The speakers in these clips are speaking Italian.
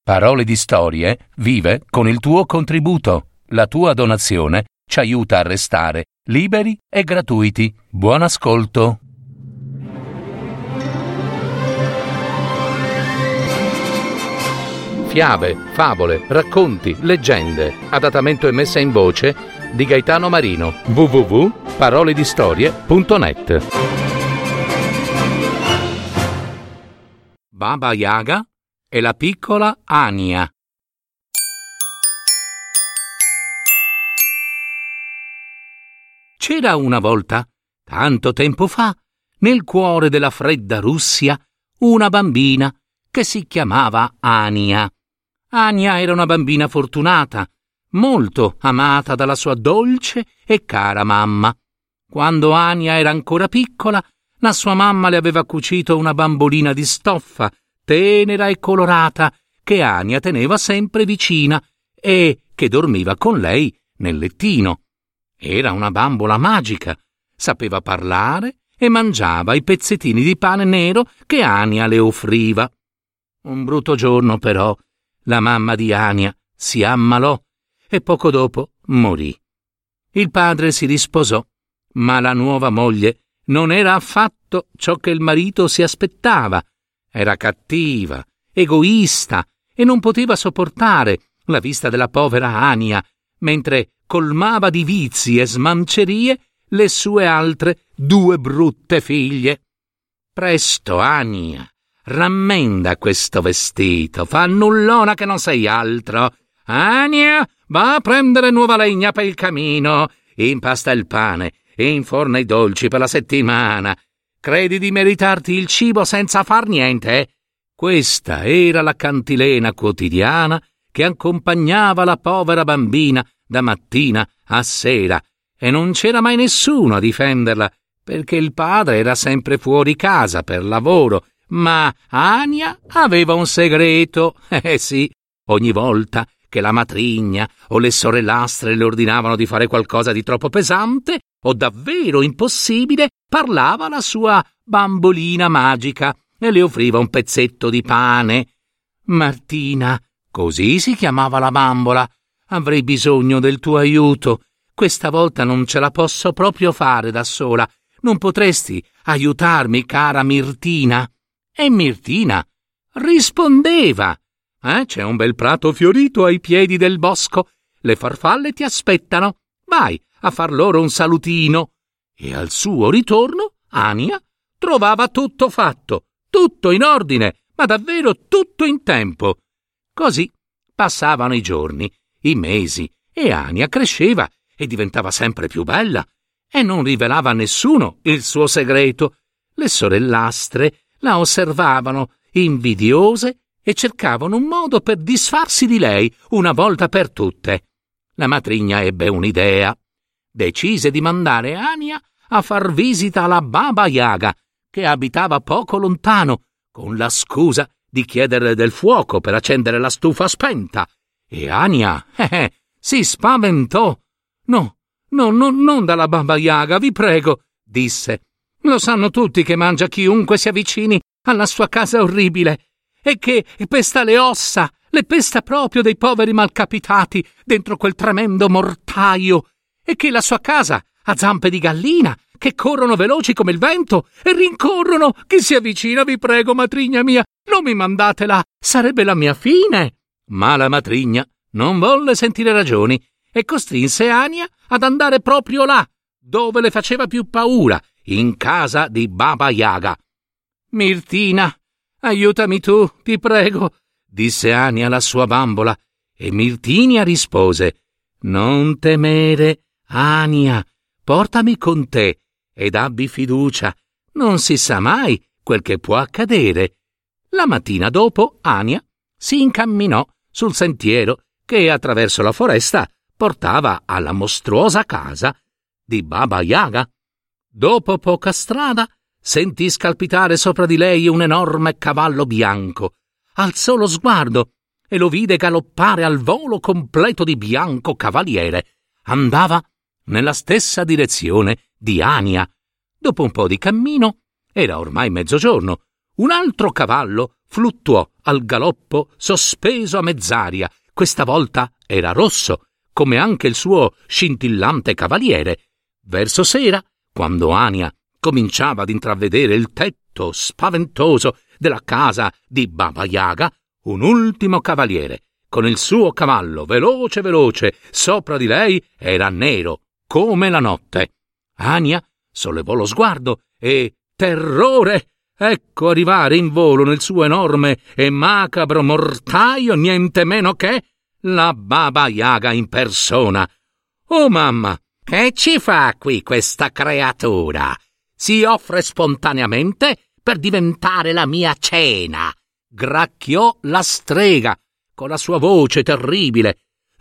Parole di Storie vive con il tuo contributo. La tua donazione ci aiuta a restare liberi e gratuiti. Buon ascolto. Fiabe, favole, racconti, leggende. Adattamento e messa in voce di Gaetano Marino. www.paroledistorie.net. Baba Yaga e la piccola Ania. C'era una volta, tanto tempo fa, nel cuore della fredda Russia, una bambina che si chiamava Ania. Ania era una bambina fortunata, molto amata dalla sua dolce e cara mamma. Quando Ania era ancora piccola, la sua mamma le aveva cucito una bambolina di stoffa, tenera e colorata, che Ania teneva sempre vicina e che dormiva con lei nel lettino. Era una bambola magica, sapeva parlare e mangiava i pezzettini di pane nero che Ania le offriva. Un brutto giorno, però, la mamma di Ania si ammalò e poco dopo morì. Il padre si risposò, ma la nuova moglie non era affatto ciò che il marito si aspettava. Era cattiva, egoista e non poteva sopportare la vista della povera Ania, mentre colmava di vizi e smancerie le sue altre 2 brutte figlie. Presto, Ania, rammenda questo vestito, fannullona che non sei altro. Ania, va a prendere nuova legna per il camino, impasta il pane e inforna i dolci per la settimana. Credi di meritarti il cibo senza far niente? Questa era la cantilena quotidiana che accompagnava la povera bambina da mattina a sera, e non c'era mai nessuno a difenderla, perché il padre era sempre fuori casa per lavoro. Ma Ania aveva un segreto. Sì, ogni volta che la matrigna o le sorellastre le ordinavano di fare qualcosa di troppo pesante o davvero impossibile, parlava la sua bambolina magica e le offriva un pezzetto di pane. Martina, così si chiamava la bambola, avrei bisogno del tuo aiuto. Questa volta non ce la posso proprio fare da sola. Non potresti aiutarmi, cara Mirtina? E Mirtina rispondeva: c'è un bel prato fiorito ai piedi del bosco. Le farfalle ti aspettano. Vai a far loro un salutino. E al suo ritorno Ania trovava tutto fatto, tutto in ordine, ma davvero tutto in tempo. Così passavano i giorni, i mesi, e Ania cresceva e diventava sempre più bella e non rivelava a nessuno il suo segreto. Le sorellastre la osservavano invidiose e cercavano un modo per disfarsi di lei una volta per tutte. La matrigna ebbe un'idea. Decise di mandare Ania a far visita alla Baba Yaga, che abitava poco lontano, con la scusa di chiederle del fuoco per accendere la stufa spenta. E Ania si spaventò. No, non dalla Baba Yaga, vi prego, disse. Lo sanno tutti che mangia chiunque si avvicini alla sua casa orribile e che pesta le ossa, le pesta proprio dei poveri malcapitati dentro quel tremendo mortaio, e che la sua casa ha zampe di gallina che corrono veloci come il vento e rincorrono chi si avvicina. Vi prego, matrigna mia, non mi mandate là, sarebbe la mia fine. Ma la matrigna non volle sentire ragioni e costrinse Ania ad andare proprio là, dove le faceva più paura, in casa di Baba Yaga. Mirtina, aiutami tu, ti prego, disse Ania alla sua bambola, e Mirtinia rispose: non temere, Ania, portami con te ed abbi fiducia, non si sa mai quel che può accadere. La mattina dopo Ania si incamminò sul sentiero che attraverso la foresta portava alla mostruosa casa di Baba Yaga. Dopo poca strada sentì scalpitare sopra di lei un enorme cavallo bianco. Alzò lo sguardo e lo vide galoppare al volo completo di bianco cavaliere. Andava nella stessa direzione di Ania. Dopo un po' di cammino, era ormai mezzogiorno, un altro cavallo fluttuò al galoppo sospeso a mezz'aria. Questa volta era rosso, come anche il suo scintillante cavaliere. Verso sera, quando Ania cominciava ad intravedere il tetto spaventoso della casa di Baba Yaga, un ultimo cavaliere, con il suo cavallo veloce veloce sopra di lei, era nero come la notte. Ania sollevò lo sguardo e, terrore, ecco arrivare in volo nel suo enorme e macabro mortaio niente meno che la Baba Yaga in persona. «Oh mamma, che ci fa qui questa creatura? Si offre spontaneamente per diventare la mia cena!» gracchiò la strega con la sua voce terribile.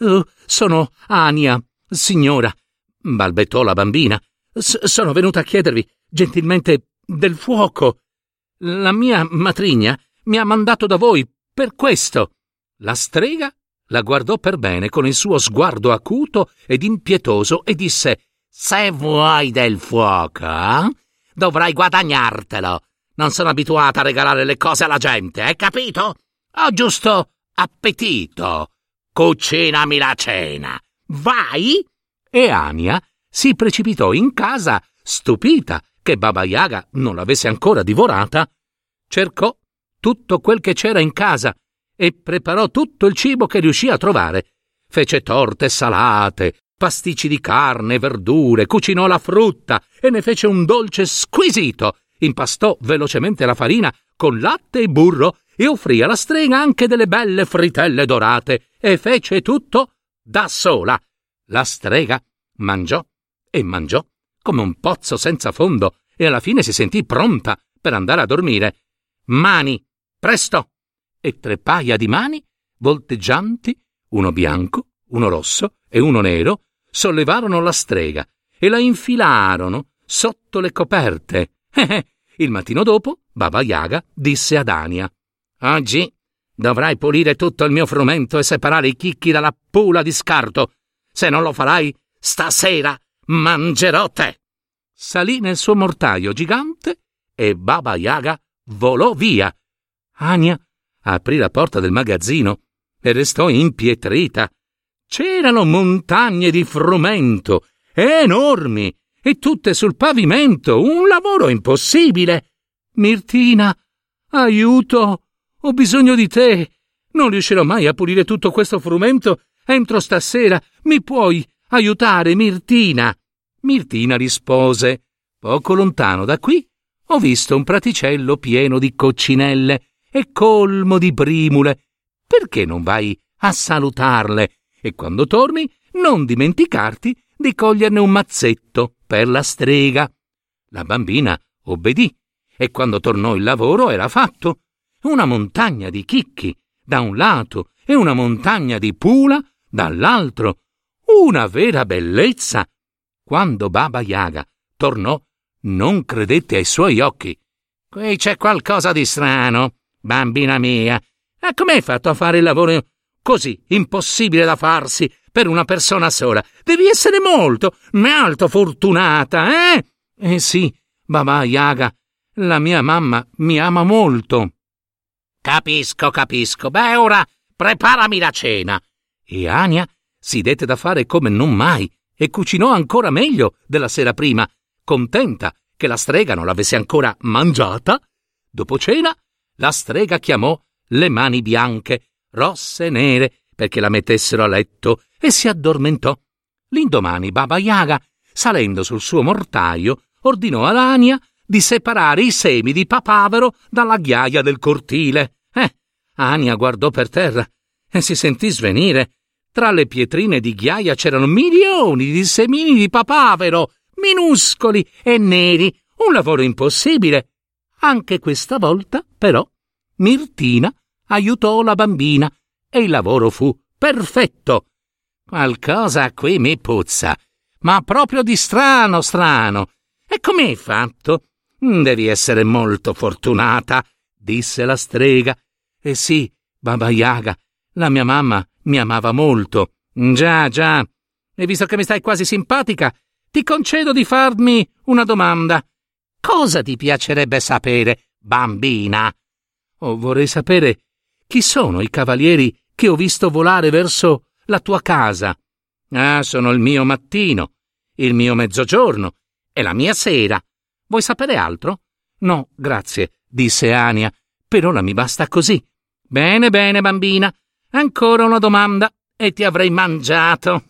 «Sono Ania, signora», balbettò la bambina. «Sono venuta a chiedervi gentilmente del fuoco. La mia matrigna mi ha mandato da voi per questo». La strega la guardò per bene con il suo sguardo acuto ed impietoso e disse: «Se vuoi del fuoco, dovrai guadagnartelo. Non sono abituata a regalare le cose alla gente, hai capito? Ho giusto appetito. Cucinami la cena. Vai!» E Ania si precipitò in casa, stupita che Baba Yaga non l'avesse ancora divorata. Cercò tutto quel che c'era in casa e preparò tutto il cibo che riuscì a trovare. Fece torte salate, pasticci di carne, verdure, cucinò la frutta e ne fece un dolce squisito. Impastò velocemente la farina con latte e burro e offrì alla strega anche delle belle fritelle dorate e fece tutto da sola. La strega mangiò e mangiò come un pozzo senza fondo e alla fine si sentì pronta per andare a dormire. «Mani, presto!» E 3 paia di mani, volteggianti, uno bianco, uno rosso e uno nero, sollevarono la strega e la infilarono sotto le coperte. Il mattino dopo, Baba Yaga disse ad Ania: «Oggi dovrai pulire tutto il mio frumento e separare i chicchi dalla pula di scarto. Se non lo farai, stasera mangerò te!» Salì nel suo mortaio gigante e Baba Yaga volò via. Ania aprì la porta del magazzino e restò impietrita. C'erano montagne di frumento, enormi, e tutte sul pavimento, un lavoro impossibile. «Mirtina, aiuto! Ho bisogno di te! Non riuscirò mai a pulire tutto questo frumento entro stasera. Mi puoi aiutare, Mirtina?» Mirtina rispose: «Poco lontano da qui ho visto un praticello pieno di coccinelle e colmo di primule. Perché non vai a salutarle? E quando torni non dimenticarti di coglierne un mazzetto per la strega». La bambina obbedì e quando tornò il lavoro era fatto. Una montagna di chicchi da un lato e una montagna di pula dall'altro. Una vera bellezza. Quando Baba Yaga tornò, non credette ai suoi occhi. «Qui c'è qualcosa di strano, bambina mia. E come hai fatto a fare il lavoro così impossibile da farsi per una persona sola? Devi essere molto fortunata, eh?» «Sì, Baba Yaga, la mia mamma mi ama molto». Capisco. Beh, ora preparami la cena». E Ania si dette da fare come non mai e cucinò ancora meglio della sera prima, contenta che la strega non l'avesse ancora mangiata. Dopo cena, la strega chiamò le mani bianche, rosse e nere, perché la mettessero a letto e si addormentò. L'indomani Baba Yaga, salendo sul suo mortaio, ordinò ad Ania di separare i semi di papavero dalla ghiaia del cortile. Ania guardò per terra e si sentì svenire. Tra le pietrine di ghiaia c'erano milioni di semini di papavero, minuscoli e neri, un lavoro impossibile. Anche questa volta, però, Mirtina aiutò la bambina e il lavoro fu perfetto. «Qualcosa qui mi puzza, ma proprio di strano. E come hai fatto?» «Devi essere molto fortunata», disse la strega. «Sì, Baba Yaga, la mia mamma mi amava molto». Già. E visto che mi stai quasi simpatica, ti concedo di farmi una domanda. Cosa ti piacerebbe sapere, bambina?» Oh, vorrei sapere chi sono i cavalieri che ho visto volare verso la tua casa. Ah, sono il mio mattino, il mio mezzogiorno e la mia sera. Vuoi sapere altro? No, grazie, disse Ania. Per ora mi basta così. Bene, bene, bambina. Ancora una domanda e ti avrei mangiato.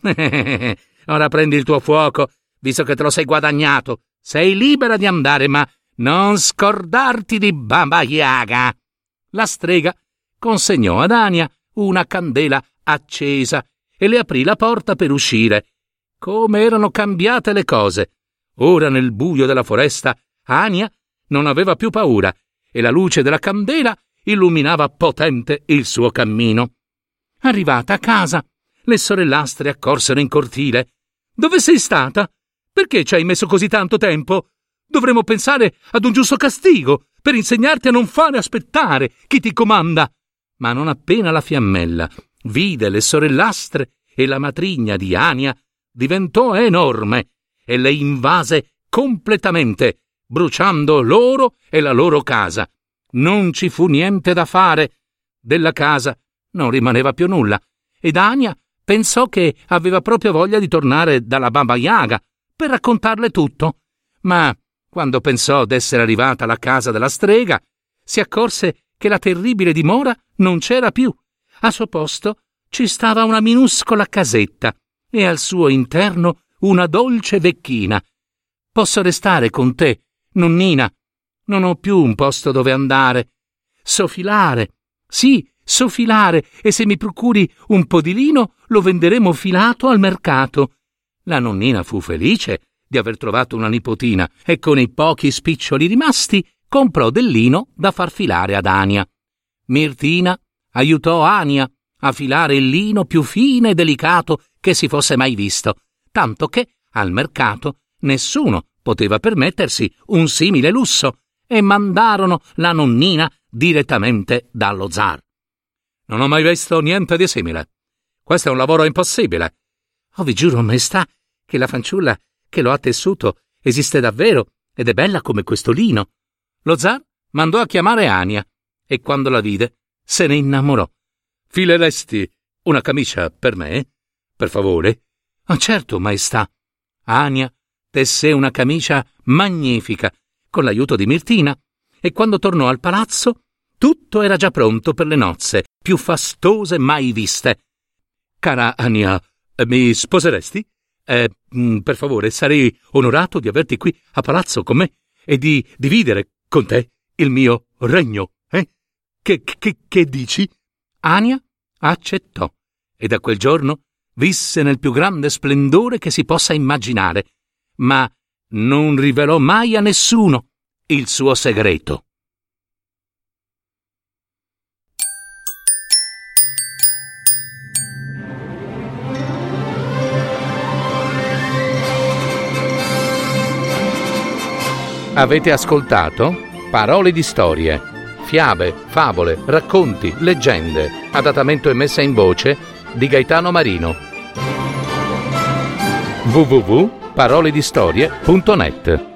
Ora prendi il tuo fuoco, visto che te lo sei guadagnato. Sei libera di andare, ma non scordarti di Baba Yaga. La strega consegnò ad Ania una candela accesa e le aprì la porta per uscire. Come erano cambiate le cose! Ora nel buio della foresta Ania non aveva più paura e la luce della candela illuminava potente il suo cammino. Arrivata a casa, le sorellastre accorsero in cortile. «Dove sei stata? Perché ci hai messo così tanto tempo? Dovremmo pensare ad un giusto castigo per insegnarti a non fare aspettare chi ti comanda». Ma non appena la fiammella vide le sorellastre e la matrigna di Ania, diventò enorme e le invase completamente, bruciando loro e la loro casa. Non ci fu niente da fare. Della casa non rimaneva più nulla ed Ania pensò che aveva proprio voglia di tornare dalla Baba Yaga per raccontarle tutto. Ma quando pensò d'essere arrivata alla casa della strega, si accorse che la terribile dimora non c'era più. A suo posto ci stava una minuscola casetta e al suo interno una dolce vecchina. «Posso restare con te, nonnina? Non ho più un posto dove andare. So filare. Sì, so filare, e se mi procuri un po' di lino lo venderemo filato al mercato». La nonnina fu felice di aver trovato una nipotina e con i pochi spiccioli rimasti comprò del lino da far filare ad Ania. Mirtina aiutò Ania a filare il lino più fine e delicato che si fosse mai visto, tanto che al mercato nessuno poteva permettersi un simile lusso e mandarono la nonnina direttamente dallo zar. «Non ho mai visto niente di simile. Questo è un lavoro impossibile». «Oh, vi giuro, maestà, che la fanciulla che lo ha tessuto esiste davvero ed è bella come questo lino». Lo zar mandò a chiamare Ania e quando la vide se ne innamorò. «Fileresti una camicia per me? Per favore?» «Ah, certo, maestà». Ania tesse una camicia magnifica con l'aiuto di Mirtina e quando tornò al palazzo tutto era già pronto per le nozze più fastose mai viste. «Cara Ania, mi sposeresti? Per favore, sarei onorato di averti qui a palazzo con me e di dividere con te il mio regno, eh? Che dici?» Ania accettò e da quel giorno visse nel più grande splendore che si possa immaginare, ma non rivelò mai a nessuno il suo segreto. Avete ascoltato Parole di storie, fiabe, favole, racconti, leggende, adattamento e messa in voce di Gaetano Marino. www.paroledistorie.net